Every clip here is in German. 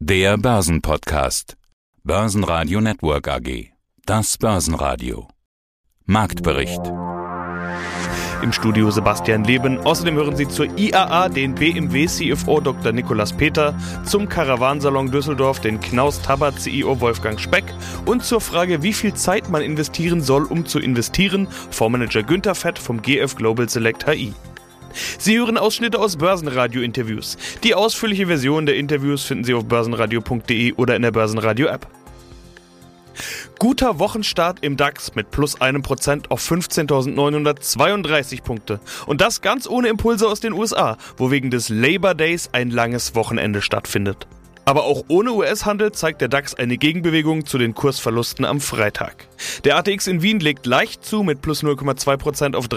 Der Börsenpodcast. Börsenradio Network AG. Das Börsenradio. Marktbericht. Im Studio Sebastian Leben. Außerdem hören Sie zur IAA den BMW-CFO Dr. Nicolas Peter, zum Caravansalon Düsseldorf den Knaus Tabbert CEO Wolfgang Speck und zur Frage, wie viel Zeit man investieren soll, um zu investieren, Fondsmanager Günther Fett vom GF Global Select HI. Sie hören Ausschnitte aus Börsenradio-Interviews. Die ausführliche Version der Interviews finden Sie auf börsenradio.de oder in der Börsenradio-App. Guter Wochenstart im DAX mit plus 1% auf 15.932 Punkte. Und das ganz ohne Impulse aus den USA, wo wegen des Labor Days ein langes Wochenende stattfindet. Aber auch ohne US-Handel zeigt der DAX eine Gegenbewegung zu den Kursverlusten am Freitag. Der ATX in Wien legt leicht zu mit plus 0,2% auf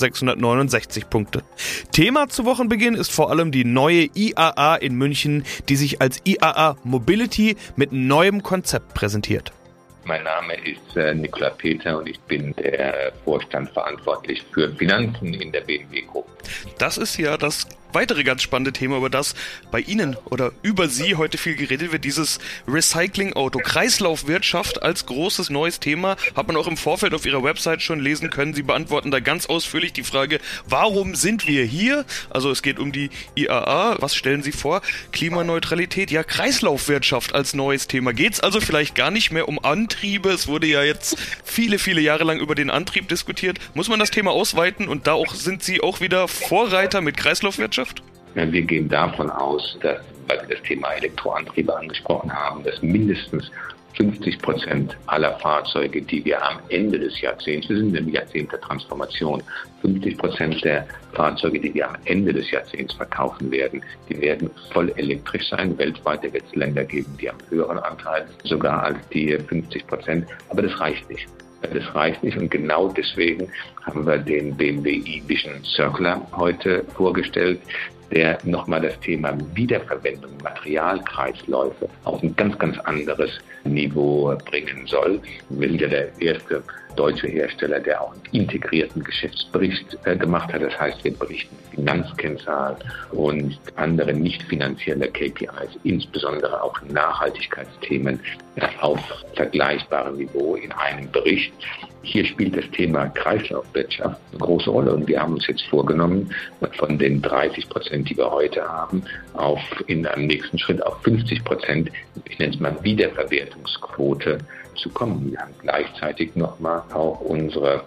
3.669 Punkte. Thema zu Wochenbeginn ist vor allem die neue IAA in München, die sich als IAA Mobility mit neuem Konzept präsentiert. Mein Name ist Nicolas Peter und ich bin der Vorstand verantwortlich für Finanzen in der BMW Group. Das ist ja das weitere ganz spannende Thema, über das bei Ihnen oder über Sie heute viel geredet wird, dieses Recycling-Auto. Kreislaufwirtschaft als großes neues Thema, hat man auch im Vorfeld auf Ihrer Website schon lesen können. Sie beantworten da ganz ausführlich die Frage, warum sind wir hier? Also es geht um die IAA, was stellen Sie vor? Klimaneutralität, ja Kreislaufwirtschaft als neues Thema. Geht es also vielleicht gar nicht mehr um Antriebe? Es wurde ja jetzt viele Jahre lang über den Antrieb diskutiert. Muss man das Thema ausweiten und da auch sind Sie auch wieder Vorreiter mit Kreislaufwirtschaft? Ja, wir gehen davon aus, dass, weil wir das Thema Elektroantriebe angesprochen haben, dass mindestens 50% aller Fahrzeuge, die wir am Ende des Jahrzehnts, wir sind im Jahrzehnt der Transformation, 50% der Fahrzeuge, die wir am Ende des Jahrzehnts verkaufen werden, die werden voll elektrisch sein. Weltweit wird es Länder geben, die haben einen höheren Anteil, sogar als die 50%. Aber das reicht nicht. Das reicht nicht und genau deswegen haben wir den BMW e-Vision Circular heute vorgestellt, der nochmal das Thema Wiederverwendung, Materialkreisläufe auf ein ganz anderes Niveau bringen soll. Wir sind ja der erste deutsche Hersteller, der auch einen integrierten Geschäftsbericht gemacht hat. Das heißt, wir berichten Finanzkennzahlen und andere nicht finanzielle KPIs, insbesondere auch Nachhaltigkeitsthemen auf vergleichbarem Niveau in einem Bericht. Hier spielt das Thema Kreislaufwirtschaft eine große Rolle und wir haben uns jetzt vorgenommen, von den 30%, die wir heute haben, in einem nächsten Schritt auf 50%, ich nenne es mal Wiederverwertungsquote, zu kommen. Wir haben gleichzeitig nochmal auch unsere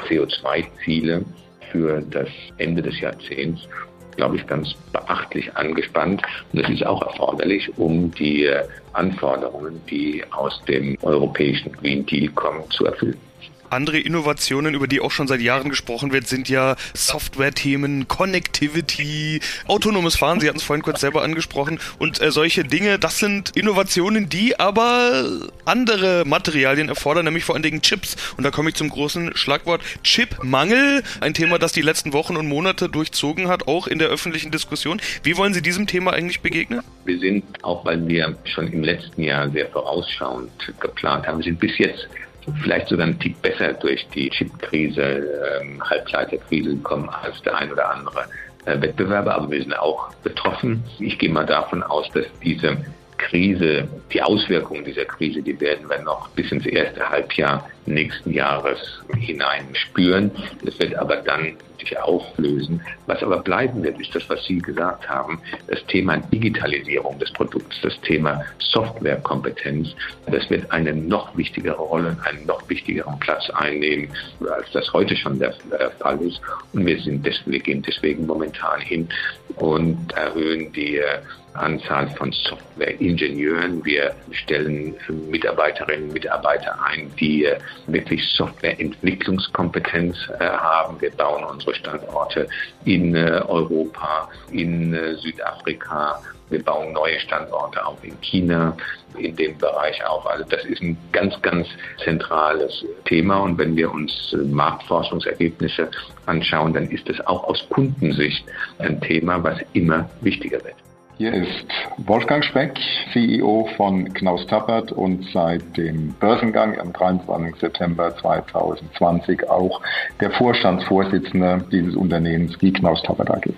CO2-Ziele für das Ende des Jahrzehnts, glaube ich, ganz beachtlich angespannt. Und das ist auch erforderlich, um die Anforderungen, die aus dem europäischen Green Deal kommen, zu erfüllen. Andere Innovationen, über die auch schon seit Jahren gesprochen wird, sind ja Software-Themen, Connectivity, autonomes Fahren, Sie hatten es vorhin kurz selber angesprochen, und solche Dinge, das sind Innovationen, die aber andere Materialien erfordern, nämlich vor allen Dingen Chips. Und da komme ich zum großen Schlagwort Chipmangel, ein Thema, das die letzten Wochen und Monate durchzogen hat, auch in der öffentlichen Diskussion. Wie wollen Sie diesem Thema eigentlich begegnen? Wir sind, auch weil wir schon im letzten Jahr sehr vorausschauend geplant haben, wir sind bis jetzt vielleicht sogar einen Tick besser durch die Chipkrise, Halbleiterkrise gekommen als der ein oder andere Wettbewerber, aber wir sind auch betroffen. Ich gehe mal davon aus, dass diese Krise, die Auswirkungen dieser Krise, die werden wir noch bis ins erste Halbjahr nächsten Jahres hinein spüren. Das wird aber dann sich auflösen. Was aber bleiben wird, ist das, was Sie gesagt haben, das Thema Digitalisierung des Produkts, das Thema Softwarekompetenz. Das wird eine noch wichtigere Rolle und einen noch wichtigeren Platz einnehmen, als das heute schon der Fall ist. Und wir gehen deswegen momentan hin und erhöhen die Anzahl von Softwareingenieuren. Wir stellen Mitarbeiterinnen und Mitarbeiter ein, die wirklich Softwareentwicklungskompetenz haben. Wir bauen unsere Standorte in Europa, in Südafrika. Wir bauen neue Standorte auch in China, in dem Bereich auch. Also das ist ein ganz zentrales Thema. Und wenn wir uns Marktforschungsergebnisse anschauen, dann ist es auch aus Kundensicht ein Thema, was immer wichtiger wird. Hier ist Wolfgang Speck, CEO von Knaus Tabbert und seit dem Börsengang am 23. September 2020 auch der Vorstandsvorsitzende dieses Unternehmens, die Knaus Tabbert AG.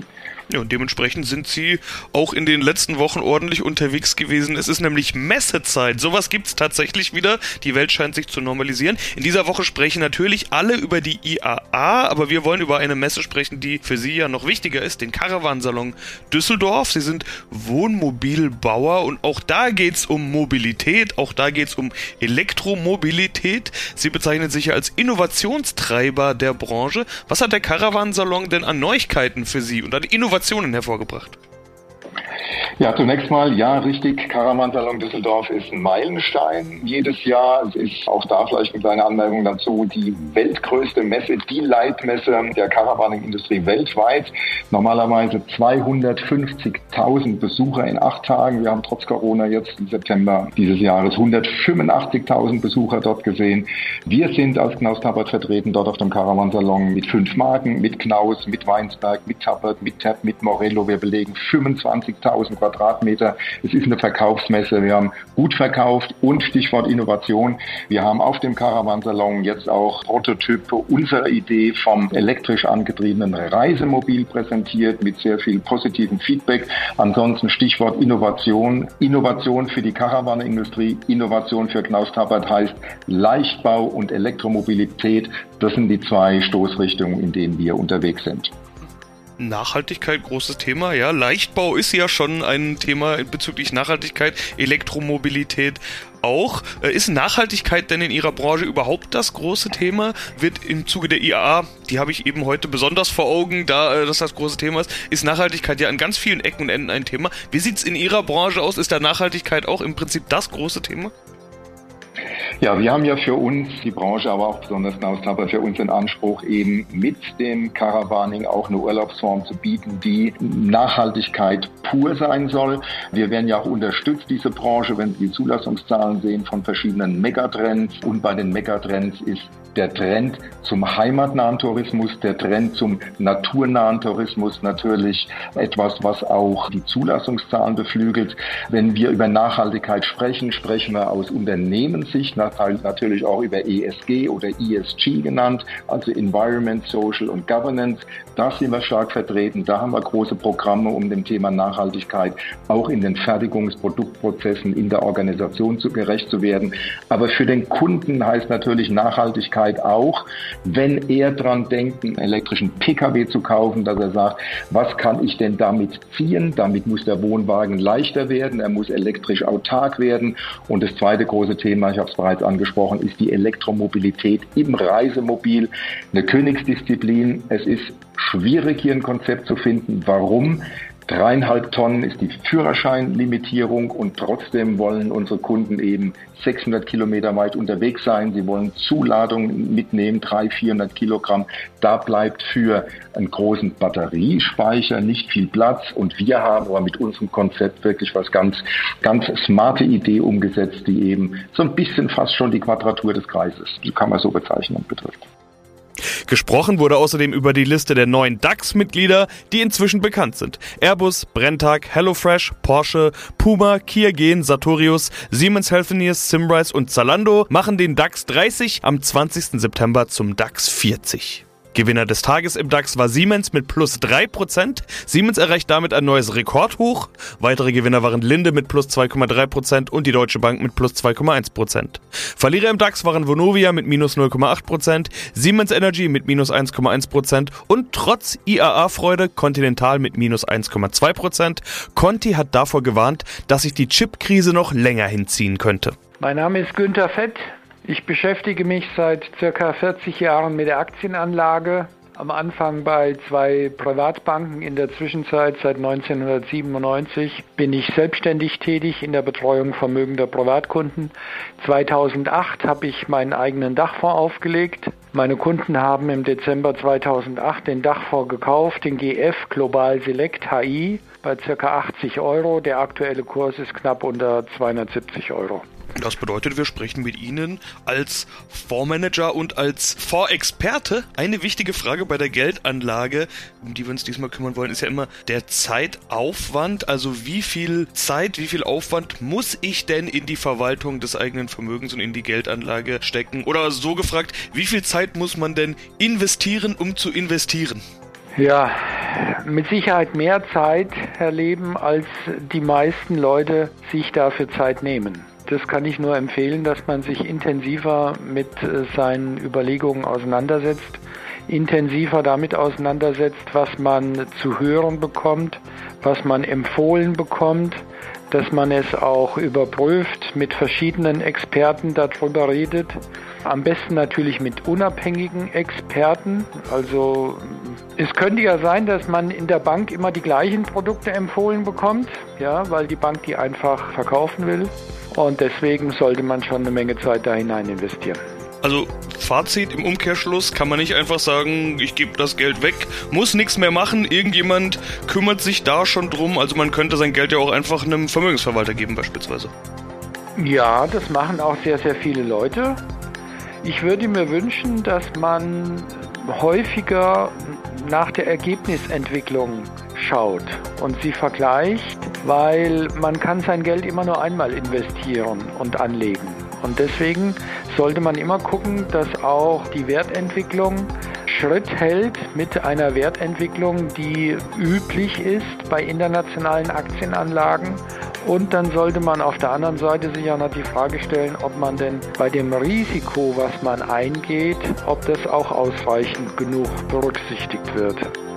Ja, und dementsprechend sind Sie auch in den letzten Wochen ordentlich unterwegs gewesen. Es ist nämlich Messezeit. Sowas gibt's tatsächlich wieder. Die Welt scheint sich zu normalisieren. In dieser Woche sprechen natürlich alle über die IAA, aber wir wollen über eine Messe sprechen, die für Sie ja noch wichtiger ist, den Caravansalon Düsseldorf. Sie sind Wohnmobilbauer und auch da geht's um Mobilität, auch da geht's um Elektromobilität. Sie bezeichnen sich ja als Innovationstreiber der Branche. Was hat der Caravansalon denn an Neuigkeiten für Sie und an Innovationen hervorgebracht? Ja, zunächst mal, ja, richtig, Caravansalon Düsseldorf ist ein Meilenstein jedes Jahr. Es ist auch da vielleicht eine kleine Anmerkung dazu, die weltgrößte Messe, die Leitmesse der Caravaning-Industrie weltweit. Normalerweise 250.000 Besucher in 8 Tagen. Wir haben trotz Corona jetzt im September dieses Jahres 185.000 Besucher dort gesehen. Wir sind als Knaus Tabbert vertreten dort auf dem Caravansalon mit 5 Marken, mit Knaus, mit Weinsberg, mit Tabbert, mit Tab, mit Morello. Wir belegen 25.000 Quadratmeter. Es ist eine Verkaufsmesse. Wir haben gut verkauft und Stichwort Innovation. Wir haben auf dem Caravansalon jetzt auch Prototype unserer Idee vom elektrisch angetriebenen Reisemobil präsentiert mit sehr viel positivem Feedback. Ansonsten Stichwort Innovation. Innovation für die Caravanindustrie, Innovation für Knaus Tabbert heißt Leichtbau und Elektromobilität. Das sind die 2 Stoßrichtungen, in denen wir unterwegs sind. Nachhaltigkeit, großes Thema, ja. Leichtbau ist ja schon ein Thema bezüglich Nachhaltigkeit, Elektromobilität auch. Ist Nachhaltigkeit denn in Ihrer Branche überhaupt das große Thema? Wird im Zuge der IAA, die habe ich eben heute besonders vor Augen, da das große Thema ist Nachhaltigkeit ja an ganz vielen Ecken und Enden ein Thema. Wie sieht es in Ihrer Branche aus? Ist da Nachhaltigkeit auch im Prinzip das große Thema? Ja, wir haben ja für uns, die Branche, aber auch besonders Knaus Tabbert, für uns den Anspruch, eben mit dem Caravaning auch eine Urlaubsform zu bieten, die Nachhaltigkeit pur sein soll. Wir werden ja auch unterstützt, diese Branche, wenn Sie die Zulassungszahlen sehen, von verschiedenen Megatrends. Und bei den Megatrends ist der Trend zum heimatnahen Tourismus, der Trend zum naturnahen Tourismus natürlich etwas, was auch die Zulassungszahlen beflügelt. Wenn wir über Nachhaltigkeit sprechen, sprechen wir aus Unternehmenssicht, natürlich auch über ESG oder ESG genannt, also Environment, Social und Governance. Da sind wir stark vertreten. Da haben wir große Programme, um dem Thema Nachhaltigkeit auch in den Fertigungsproduktprozessen in der Organisation gerecht zu werden. Aber für den Kunden heißt natürlich Nachhaltigkeit auch, wenn er dran denkt, einen elektrischen Pkw zu kaufen, dass er sagt, was kann ich denn damit ziehen? Damit muss der Wohnwagen leichter werden, er muss elektrisch autark werden. Und das zweite große Thema, ich habe es bereits angesprochen, ist die Elektromobilität im Reisemobil. Eine Königsdisziplin. Es ist schwierig, hier ein Konzept zu finden. Warum? 3,5 Tonnen ist die Führerscheinlimitierung und trotzdem wollen unsere Kunden eben 600 Kilometer weit unterwegs sein. Sie wollen Zuladungen mitnehmen, 300-400 Kilogramm. Da bleibt für einen großen Batteriespeicher nicht viel Platz und wir haben aber mit unserem Konzept wirklich was ganz smarte Idee umgesetzt, die eben so ein bisschen fast schon die Quadratur des Kreises, die kann man so bezeichnen, betrifft. Gesprochen wurde außerdem über die Liste der neuen DAX-Mitglieder, die inzwischen bekannt sind. Airbus, Brenntag, HelloFresh, Porsche, Puma, Kia Gen, Sartorius, Siemens Healthineers, Symrise und Zalando machen den DAX 30 am 20. September zum DAX 40. Gewinner des Tages im DAX war Siemens mit plus 3%. Siemens erreicht damit ein neues Rekordhoch. Weitere Gewinner waren Linde mit plus 2,3% und die Deutsche Bank mit plus 2,1%. Verlierer im DAX waren Vonovia mit minus 0,8%, Siemens Energy mit minus 1,1% und trotz IAA-Freude Continental mit minus 1,2%. Conti hat davor gewarnt, dass sich die Chip-Krise noch länger hinziehen könnte. Mein Name ist Günter Fett. Ich beschäftige mich seit ca. 40 Jahren mit der Aktienanlage. Am Anfang bei 2 Privatbanken, in der Zwischenzeit seit 1997 bin ich selbstständig tätig in der Betreuung vermögender Privatkunden. 2008 habe ich meinen eigenen Dachfonds aufgelegt. Meine Kunden haben im Dezember 2008 den Dachfonds gekauft, den GF Global Select HI bei ca. 80 Euro. Der aktuelle Kurs ist knapp unter 270 Euro. Das bedeutet, wir sprechen mit Ihnen als Fondsmanager und als Fondsexperte. Eine wichtige Frage bei der Geldanlage, um die wir uns diesmal kümmern wollen, ist ja immer der Zeitaufwand. Also wie viel Zeit, wie viel Aufwand muss ich denn in die Verwaltung des eigenen Vermögens und in die Geldanlage stecken? Oder so gefragt, wie viel Zeit muss man denn investieren, um zu investieren? Ja, mit Sicherheit mehr Zeit, Herr Leben, als die meisten Leute sich dafür Zeit nehmen. Das kann ich nur empfehlen, dass man sich intensiver mit seinen Überlegungen auseinandersetzt, intensiver damit auseinandersetzt, was man zu hören bekommt, was man empfohlen bekommt, dass man es auch überprüft, mit verschiedenen Experten darüber redet. Am besten natürlich mit unabhängigen Experten. Also es könnte ja sein, dass man in der Bank immer die gleichen Produkte empfohlen bekommt, ja, weil die Bank die einfach verkaufen will. Und deswegen sollte man schon eine Menge Zeit da hinein investieren. Also Fazit im Umkehrschluss, kann man nicht einfach sagen, ich gebe das Geld weg, muss nichts mehr machen, irgendjemand kümmert sich da schon drum, also man könnte sein Geld ja auch einfach einem Vermögensverwalter geben beispielsweise. Ja, das machen auch sehr, sehr viele Leute. Ich würde mir wünschen, dass man häufiger nach der Ergebnisentwicklung schaut und sie vergleicht, weil man kann sein Geld immer nur einmal investieren und anlegen. Und deswegen sollte man immer gucken, dass auch die Wertentwicklung Schritt hält mit einer Wertentwicklung, die üblich ist bei internationalen Aktienanlagen. Und dann sollte man auf der anderen Seite sich auch noch die Frage stellen, ob man denn bei dem Risiko, was man eingeht, ob das auch ausreichend genug berücksichtigt wird.